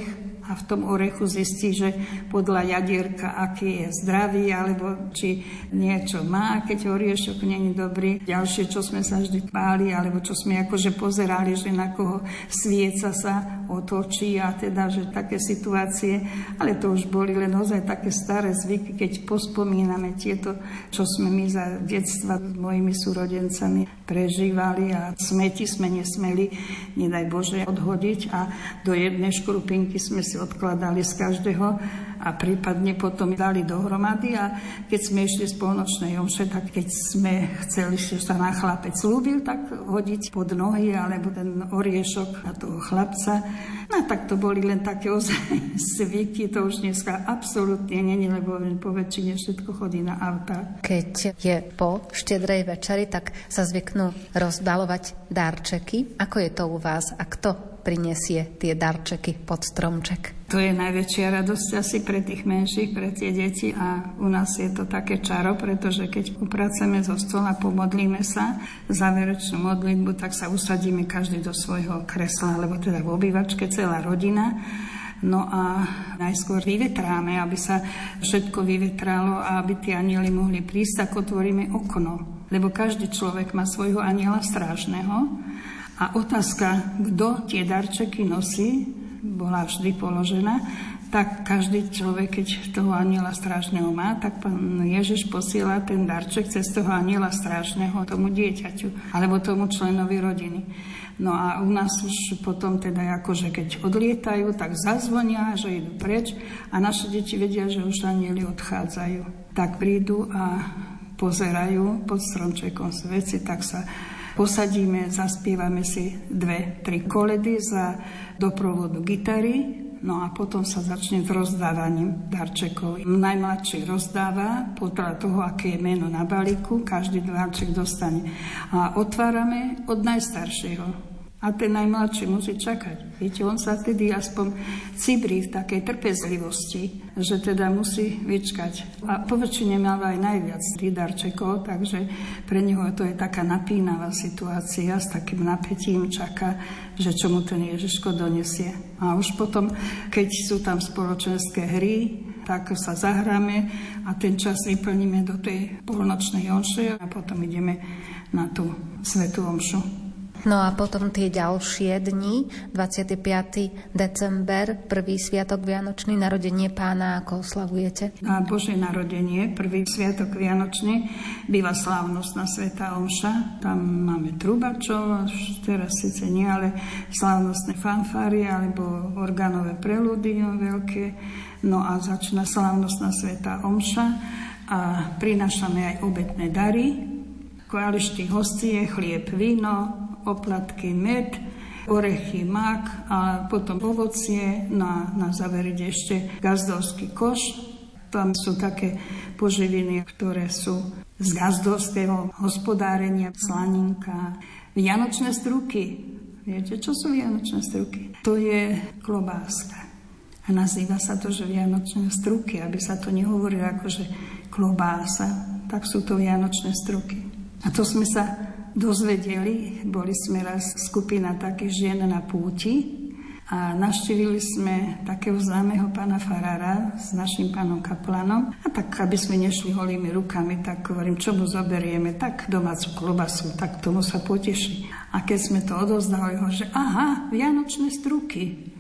a v tom orechu zistí, že podľa jadierka, aký je zdravý, alebo či niečo má, keď oriešok nie je dobrý. Ďalšie, čo sme sa vždy báli, alebo čo sme akože pozerali, že na koho svieca sa otočí a teda, že také situácie, ale to už boli len ozaj také staré zvyky, keď pospomíname tieto, čo sme my za detstva s mojimi súrodencami prežívali a smeti sme nesmeli, nedaj Bože, odhodiť a do jednej škrupinky sme si odkladali z každého a prípadne potom dali dohromady a keď sme išli z polnočnej omše, tak keď sme chceli, že sa na chlapec slúbil, tak hodiť pod nohy alebo ten oriešok na toho chlapca. No tak to boli len také ozaj zvyky, to už dneska absolútne není, lebo po väčšine všetko chodí na auta. Keď je po štedrej večeri, tak sa zvyknú rozbalovať darčeky. Ako je to u vás a kto prinesie tie darčeky pod stromček? To je najväčšia radosť asi pre tých menších, pre tie deti a u nás je to také čaro, pretože keď upraceme zo stola, pomodlíme sa, záverečnú modlitbu, tak sa usadíme každý do svojho kresla, alebo teda v obývačke celá rodina. No a najskôr vyvetráme, aby sa všetko vyvetralo a aby tí anjeli mohli prísť, tak otvoríme okno. Lebo každý človek má svojho anjela strážneho a otázka, kto tie darčeky nosí, bola vždy položená, tak každý človek, keď toho anjela strážneho má, tak pán Ježiš posiela ten darček cez toho anjela strážneho tomu dieťaťu alebo tomu členovi rodiny. No a u nás už potom teda akože keď odlietajú, tak zazvonia, že idú preč a naše deti vedia, že už anjeli odchádzajú. Tak prídu a pozerajú pod stromčekom sveci, tak sa posadíme, zaspievame si dve, tri koledy za doprovodu gitary, no a potom sa začne s rozdávaním darčekov. Najmladší rozdáva podľa toho, aké je meno na balíku, každý darček dostane. A otvárame od najstaršieho. A ten najmladší musí čakať. Viete, on sa tedy aspoň cibrí v takej trpezlivosti, že teda musí vyčkať. A poväčšine máva aj najviac tých darčekov, takže pre neho to je taká napínavá situácia, s takým napätím čaká, že čo mu ten Ježiško donesie. A už potom, keď sú tam spoločenské hry, tak sa zahráme a ten čas vyplníme do tej polnočnej omše a potom ideme na tú svätú omšu. No a potom tie ďalšie dni, dvadsiateho piateho december, prvý sviatok Vianočný, narodenie Pána, ako oslavujete? Na Božie narodenie, prvý sviatok Vianočný, býva slávnostná svätá omša. Tam máme trubačov, teraz síce nie, ale slávnostné fanfáry alebo orgánové prelúdium veľké. No a začína slávnostná svätá omša a prinášame aj obetné dary. Koališty hostie, chlieb, víno, oplatky, med, orechy, mak a potom ovocie. Na, na záver ide ešte gazdovský koš. Tam sú také poživiny, ktoré sú z gazdovského hospodárenia, slaninka. Vianočné struky. Viete, čo sú vianočné struky? To je klobáska. A nazýva sa to, že vianočné struky, aby sa to nehovorilo ako, že klobása. Tak sú to vianočné struky. A to sme sa dozvedeli, boli sme raz skupina takých žien na púti a navštívili sme takého známeho pána farára s našim pánom kaplanom a tak, aby sme nešli holými rukami, tak hovorím, čo mu zoberieme, tak domácu klobasu, tak tomu sa poteší. A keď sme to odovzdali ho, že aha, vianočné struky,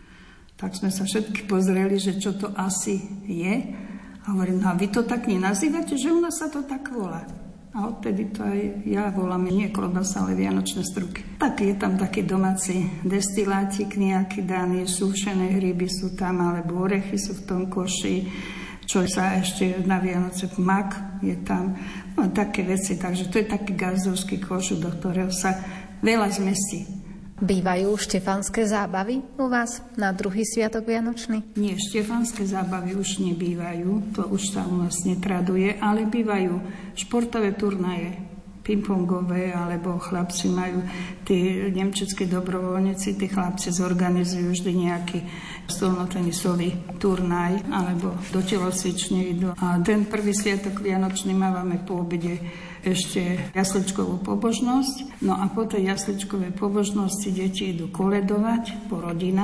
tak sme sa všetky pozreli, že čo to asi je. A hovorím, no a vy to tak nenazývate, že u nás sa to tak volá. A odtedy to aj ja volám, nie klobasa, ale vianočné struky. Tak je tam taký domáci destilátik nejaký daný, sušené hryby sú tam, alebo orechy sú v tom koši, čo sa ešte na Vianoce, mak je tam, no také veci. Takže to je taký gazdovský koš, do ktorého sa veľa zmestí. Bývajú štefanské zábavy u vás na druhý sviatok Vianočný? Nie, štefanské zábavy už nebývajú, to už sa u nás netraduje, ale bývajú športové turnaje, pingpongové, alebo chlapci majú, tí nemčeckí dobrovoľníci, tí chlapci zorganizujú vždy nejaký stolnotenisový turnaj, alebo do telocvične idú. A ten prvý sviatok Vianočný mávame po obede ešte jasličkovú pobožnosť. No a po tej jasličkovej pobožnosti deti idú koledovať po rodinách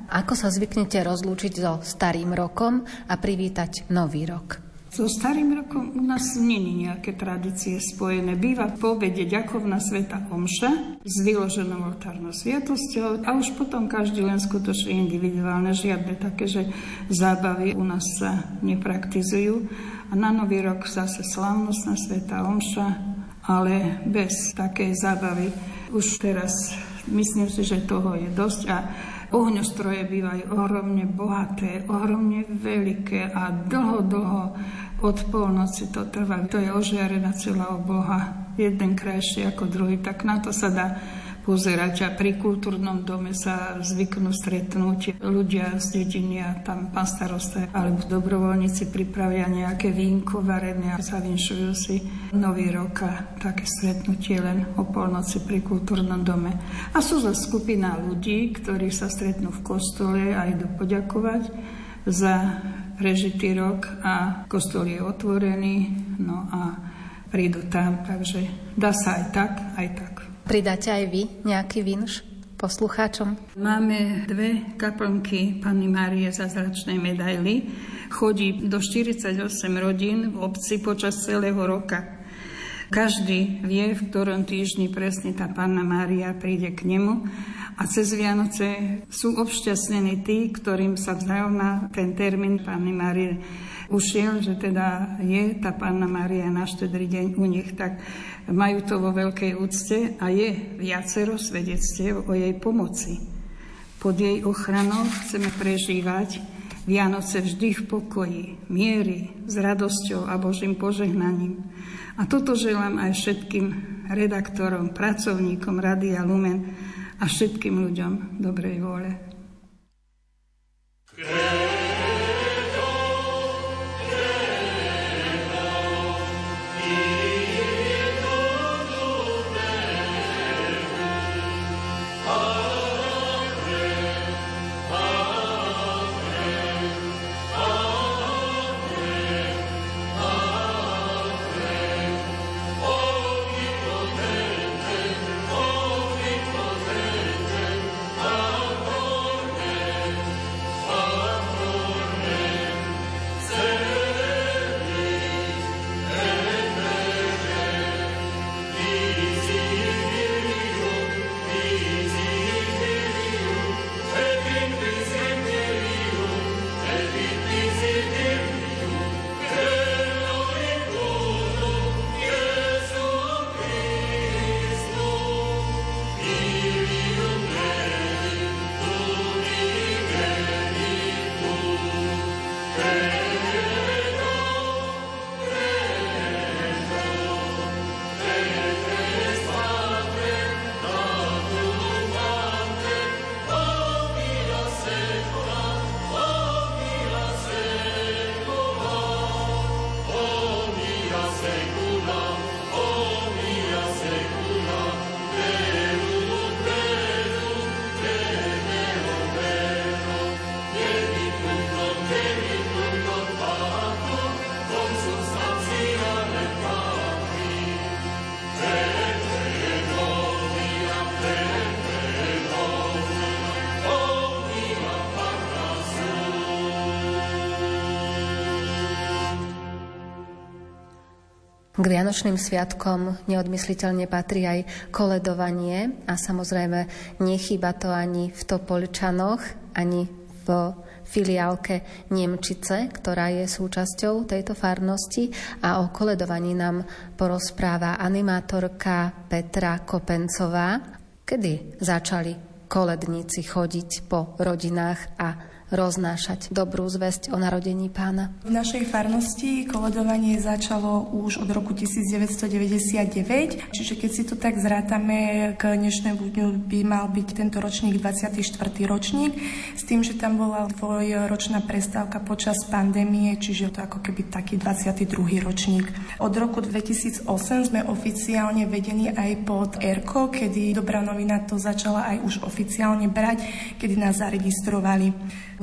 ako sa zvyknete rozlúčiť so starým rokom a privítať nový rok? So starým rokom u nás nie je nejaké tradície spojené. Býva po obede ďakovná svätá omša s vyloženou oltárnou sviatosťou a už potom každý len skutočne individuálne, žiadne také, že zábavy u nás sa nepraktizujú. A na nový rok zase slávnostná svätá omša, ale bez takej zábavy. Už teraz myslím si, že toho je dosť a ohňostroje bývajú ohromne bohaté, ohromne veľké a dlho, dlho od polnoci to trvá. To je ožiarená celá obloha, jeden krajší ako druhý, tak na to sa dá pozerať. A pri kultúrnom dome sa zvyknú stretnúť ľudia z dediny a tam pán starosta alebo dobrovoľníci pripravia nejaké vínko varené a zavinšujú si nový rok a také stretnutie len o polnoci pri kultúrnom dome. A sú za skupina ľudí, ktorí sa stretnú v kostole a idú poďakovať za prežitý rok a kostol je otvorený, no a prídu tam, takže dá sa aj tak, aj tak. Pridáte aj vy nejaký vinš poslucháčom? Máme dve kaplnky Panny Márie Zázračnej medaily. Chodí do štyridsaťosem rodín v obci počas celého roka. Každý vie, v ktorom týždni presne tá Panna Mária príde k nemu a cez Vianoce sú obšťastnení tí, ktorým sa vzájomná ten termín Panny Márie ušiel, že teda je tá Panna Mária na štedrý deň u nich, tak majú to vo veľkej úcte a je viacero svedectiev o jej pomoci. Pod jej ochranou chceme prežívať Vianoce vždy v pokoji, miery, s radosťou a Božím požehnaním. A toto želám aj všetkým redaktorom, pracovníkom Rádia Lumen a všetkým ľuďom dobrej vôle. K Vianočným sviatkom neodmysliteľne patrí aj koledovanie a samozrejme nechýba to ani v Topoľčanoch, ani v filiálke Nemčice, ktorá je súčasťou tejto farnosti a o koledovaní nám porozpráva animátorka Petra Kopencová. Kedy začali koledníci chodiť po rodinách a roznášať dobrú zvesť o narodení Pána? V našej farnosti koledovanie začalo už od roku devätnásťstodeväťdesiatdeväť, čiže keď si to tak zrátame, k dnešnému dňu by mal byť tento ročník dvadsiaty štvrtý ročník, s tým, že tam bola dvojročná prestávka počas pandémie, čiže to ako keby taký dvadsiaty druhý ročník. Od roku dvetisícosem sme oficiálne vedení aj pod Erko, kedy Dobrá novina to začala aj už oficiálne brať, kedy nás zaregistrovali.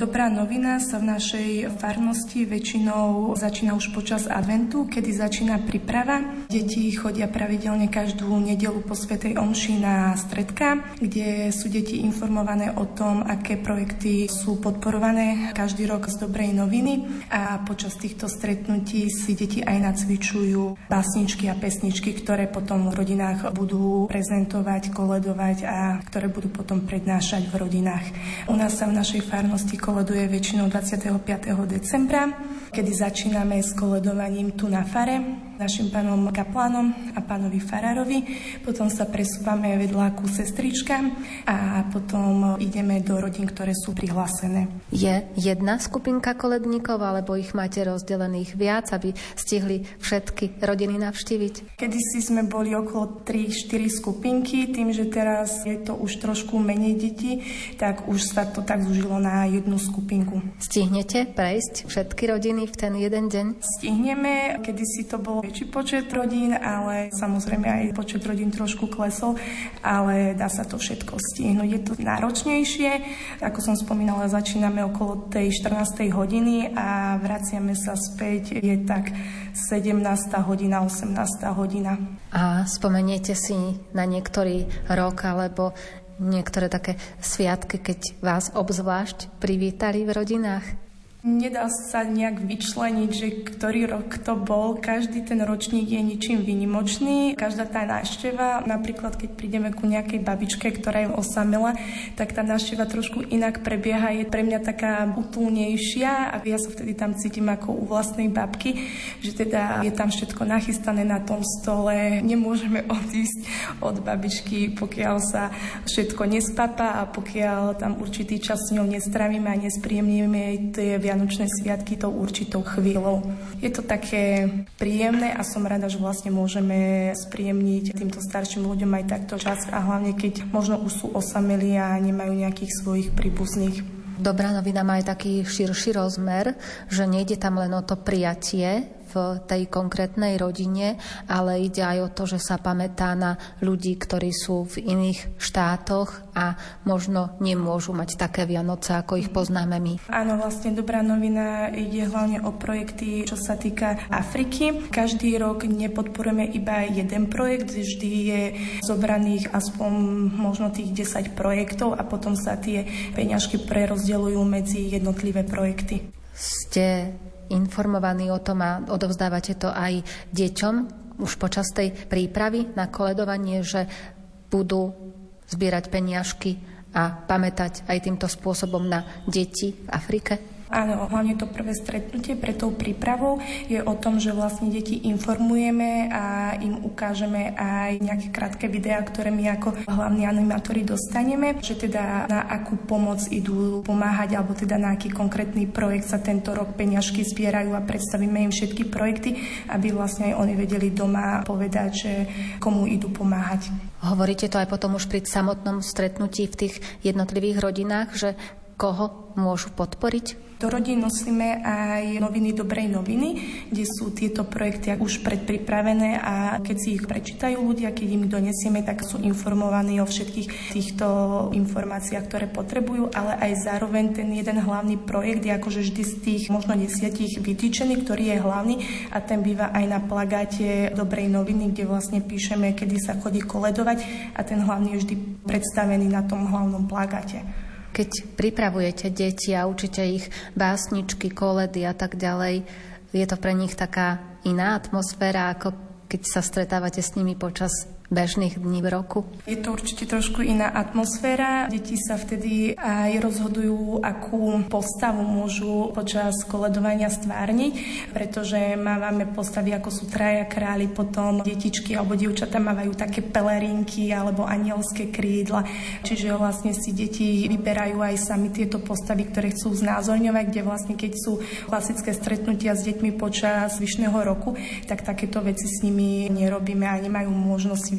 Dobrá novina sa v našej farnosti väčšinou začína už počas adventu, kedy začína príprava. Deti chodia pravidelne každú nedeľu po svätej omši na stredka, kde sú deti informované o tom, aké projekty sú podporované každý rok z dobrej noviny, a počas týchto stretnutí si deti aj nacvičujú básničky a pesničky, ktoré potom v rodinách budú prezentovať, koledovať a ktoré budú potom prednášať v rodinách. U nás sa v našej farnosti koleduje väčšinou dvadsiateho piateho decembra, kedy začíname s koledovaním tu na fare, našim pánom kaplánom a pánovi farárovi. Potom sa presúvame vedľa ku sestričkám a potom ideme do rodín, ktoré sú prihlásené. Je jedna skupinka koledníkov, alebo ich máte rozdelených viac, aby stihli všetky rodiny navštíviť? Kedysi sme boli okolo tri štyri skupinky, tým, že teraz je to už trošku menej detí, tak už sa to tak zúžilo na jednu skupinku. Stihnete prejsť všetky rodiny v ten jeden deň? Stihneme, kedysi to bolo väčší počet rodín, ale samozrejme aj počet rodín trošku klesol, ale dá sa to všetko stihnúť. Je to náročnejšie, ako som spomínala, začíname okolo tej štrnástej hodiny a vraciame sa späť, je tak sedemnásta hodina, osemnásta hodina. A spomeniete si na niektorý rok alebo niektoré také sviatky, keď vás obzvlášť privítali v rodinách? Nedá sa nejak vyčleniť, že ktorý rok to bol. Každý ten ročník je ničím výnimočný. Každá tá návšteva, napríklad keď prídeme ku nejakej babičke, ktorá je osamela, tak tá návšteva trošku inak prebieha. Je pre mňa taká utulnejšia a ja sa vtedy tam cítim ako u vlastnej babky, že teda je tam všetko nachystané na tom stole. Nemôžeme odísť od babičky, pokiaľ sa všetko nespapa a pokiaľ tam určitý čas s ňou nestravíme a nespríjemníme jej tie vianočné sviatky tou určitou chvíľou. Je to také príjemné a som rada, že vlastne môžeme spríjemniť týmto starším ľuďom aj takto čas a hlavne keď možno už sú osamelí a nemajú nejakých svojich príbuzných. Dobrá novina má aj taký širší rozmer, že nejde tam len o to prijatie v tej konkrétnej rodine, ale ide aj o to, že sa pamätá na ľudí, ktorí sú v iných štátoch a možno nemôžu mať také Vianoce, ako ich poznáme my. Áno, vlastne dobrá novina ide hlavne o projekty, čo sa týka Afriky. Každý rok nepodporujeme iba jeden projekt, vždy je zobraných aspoň možno tých desať projektov a potom sa tie peňažky prerozdeľujú medzi jednotlivé projekty. Ste informovaní o tom a odovzdávate to aj deťom už počas tej prípravy na koledovanie, že budú zbierať peniažky a pamätať aj týmto spôsobom na deti v Afrike? Áno, hlavne to prvé stretnutie pred tou prípravou je o tom, že vlastne deti informujeme a im ukážeme aj nejaké krátke videá, ktoré my ako hlavní animátori dostaneme, že teda na akú pomoc idú pomáhať, alebo teda na aký konkrétny projekt sa tento rok peňažky zbierajú a predstavíme im všetky projekty, aby vlastne aj oni vedeli doma povedať, že komu idú pomáhať. Hovoríte to aj potom už pri samotnom stretnutí v tých jednotlivých rodinách, že koho môžu podporiť? Do rodín nosíme aj noviny Dobrej noviny, kde sú tieto projekty už predpripravené a keď si ich prečítajú ľudia, keď im donesieme, tak sú informovaní o všetkých týchto informáciách, ktoré potrebujú, ale aj zároveň ten jeden hlavný projekt je akože vždy z tých možno desiatich vytýčený, ktorý je hlavný a ten býva aj na plagáte Dobrej noviny, kde vlastne píšeme, kedy sa chodí koledovať a ten hlavný je vždy predstavený na tom hlavnom plagáte. Keď pripravujete deti a učíte ich básničky, koledy a tak ďalej, je to pre nich taká iná atmosféra, ako keď sa stretávate s nimi počas bežných dní v roku? Je to určite trošku iná atmosféra. Deti sa vtedy aj rozhodujú, akú postavu môžu počas koledovania stvárniť, pretože máme postavy, ako sú traja králi, potom detičky alebo dievčatá mávajú také pelerinky alebo anielské krídla. Čiže vlastne si deti vyberajú aj sami tieto postavy, ktoré chcú znázorňovať, kde vlastne keď sú klasické stretnutia s deťmi počas vyšného roku, tak takéto veci s nimi nerobíme a nemajú možnosť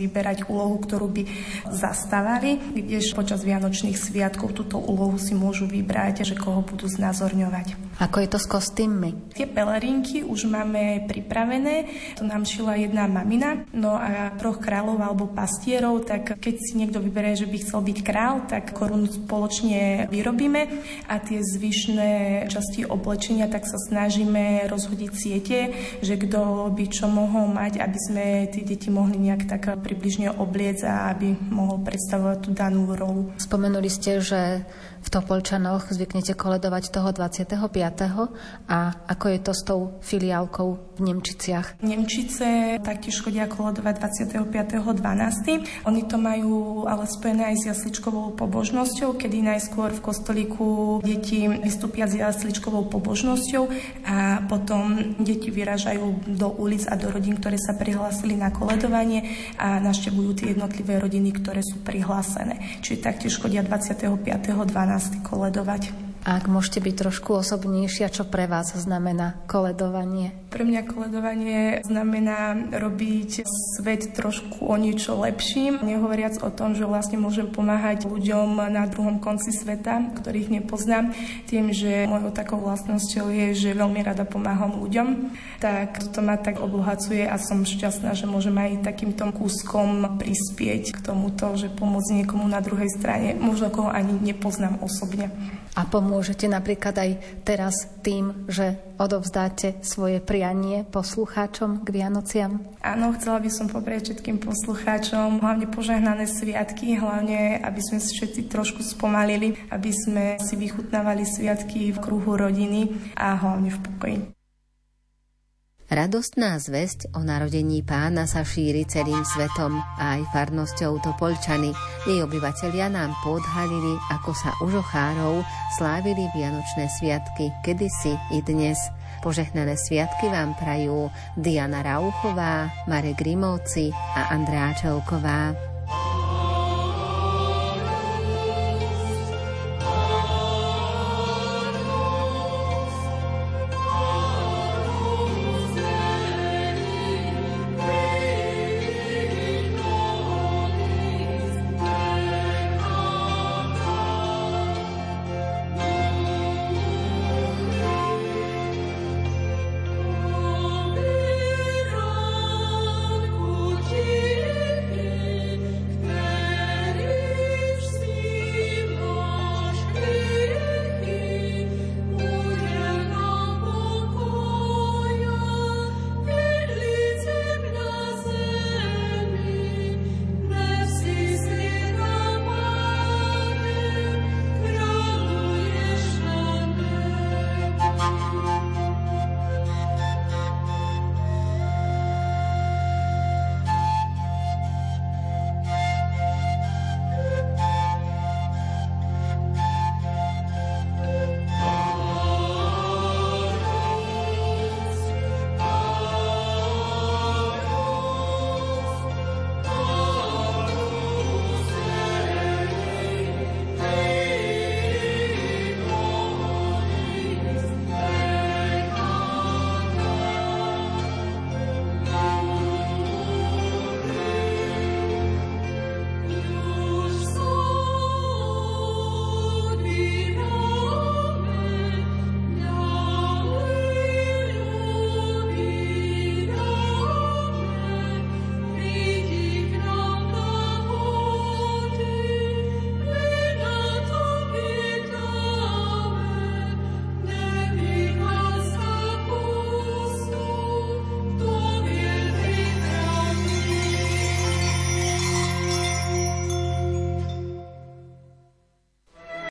vyberať úlohu, ktorú by zastávali, kdež počas vianočných sviatkov túto úlohu si môžu vybrať, že koho budú znázorňovať. Ako je to s kostýmmi? Tie pelerinky už máme pripravené, to nám šila jedna mamina, no a troch kráľov alebo pastierov, tak keď si niekto vyberie, že by chcel byť král, tak korunu spoločne vyrobíme a tie zvyšné časti oblečenia tak sa snažíme rozhodiť siete, že kto by čo mohol mať, aby sme tí deti mohli nejak tak približne obliec a aby mohol predstavovať tú danú rolu. Spomenuli ste, že v Topolčanoch zvyknete koledovať toho dvadsiateho piateho A ako je to s tou filiálkou v Nemčiciach? Nemčice taktiež chodia koledovať dvadsiateho piateho dvanásteho Oni to majú ale spojené aj s jasličkovou pobožnosťou, kedy najskôr v kostolíku deti vystúpia s jasličkovou pobožnosťou a potom deti vyražajú do ulic a do rodín, ktoré sa prihlásili na koledovanie a navštevujú tie jednotlivé rodiny, ktoré sú prihlásené. Čiže taktiež chodia dvadsiateho piateho dvanásteho koledovať. A ak môžete byť trošku osobnejšia, čo pre vás znamená koledovanie? Pre mňa koledovanie znamená robiť svet trošku o niečo lepším, nehovoriac o tom, že vlastne môžem pomáhať ľuďom na druhom konci sveta, ktorých nepoznám, tým, že mojou takou vlastnosťou je, že veľmi rada pomáham ľuďom, tak to ma tak obohacuje a som šťastná, že môžem aj takýmto kúskom prispieť k tomuto, že pomôcť niekomu na druhej strane, možno koho ani nepoznám osobne. A pomôžete napríklad aj teraz tým, že odovzdáte svoje prianie poslucháčom k Vianociam? Áno, chcela by som poprieť všetkým poslucháčom hlavne požehnané sviatky, hlavne aby sme si všetci trošku spomalili, aby sme si vychutnávali sviatky v kruhu rodiny a hlavne v pokoji. Radostná zvesť o narodení Pána sa šíri celým svetom a aj farnosťou Topolčany. Jej obyvatelia nám poodhalili, ako sa u žochárov slávili vianočné sviatky kedysi i dnes. Požehnané sviatky vám prajú Diana Rauchová, Marek Grimovci a Andrea Čelková.